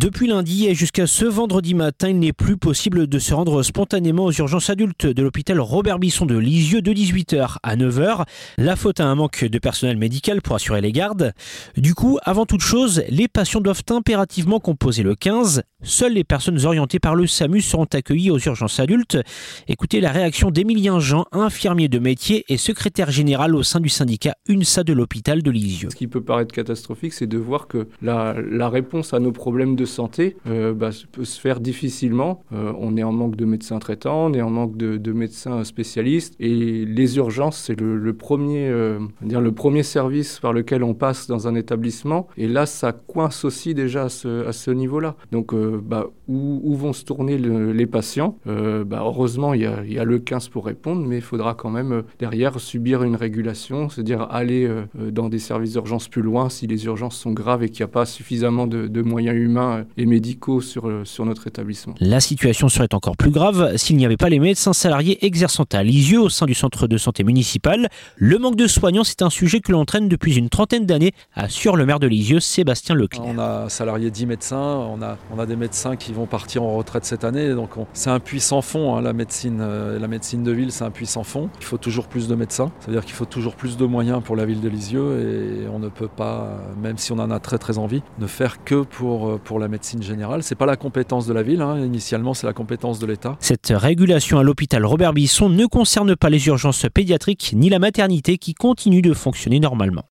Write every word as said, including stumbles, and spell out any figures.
Depuis lundi et jusqu'à ce vendredi matin, il n'est plus possible de se rendre spontanément aux urgences adultes de l'hôpital Robert-Bisson de Lisieux de dix-huit heures à neuf heures. La faute à un manque de personnel médical pour assurer les gardes. Du coup, avant toute chose, les patients doivent impérativement composer le quinze. Seules les personnes orientées par le SAMU seront accueillies aux urgences adultes. Écoutez la réaction d'Emilien Jean, infirmier de métier et secrétaire général au sein du syndicat UNSA de l'hôpital de Lisieux. Ce qui peut paraître catastrophique, c'est de voir que la, la réponse à nos problèmes de santé euh, bah, peut se faire difficilement. Euh, on est en manque de médecins traitants, on est en manque de, de médecins spécialistes et les urgences, c'est le, le, premier, euh, dire le premier service par lequel on passe dans un établissement. Et là, ça coince aussi déjà à ce, à ce niveau-là. Donc, euh, bah, où, où vont se tourner le, les patients euh, bah, Heureusement, il y a, il y a le quinze pour répondre, mais il faudra quand même euh, derrière subir une régulation, c'est-à-dire aller euh, dans des services d'urgence plus loin si les urgences sont graves et qu'il n'y a pas suffisamment de, de moyens humains et médicaux sur, sur notre établissement. La situation serait encore plus grave s'il n'y avait pas les médecins salariés exerçant à Lisieux au sein du centre de santé municipal. Le manque de soignants, c'est un sujet que l'on traîne depuis une trentaine d'années, assure le maire de Lisieux, Sébastien Leclerc. On a salarié dix médecins, on a, on a des médecins qui vont partir en retraite cette année, donc on, c'est un puits sans fond, hein, la, médecine, euh, la médecine de ville, c'est un puits sans fond. Il faut toujours plus de médecins, ça veut dire qu'il faut toujours plus de moyens pour la ville de Lisieux et on ne peut pas, même si on en a très très envie, ne faire que pour, pour la médecine générale. C'est pas la compétence de la ville, hein. Initialement c'est la compétence de l'État. Cette régulation à l'hôpital Robert-Bisson ne concerne pas les urgences pédiatriques ni la maternité qui continuent de fonctionner normalement.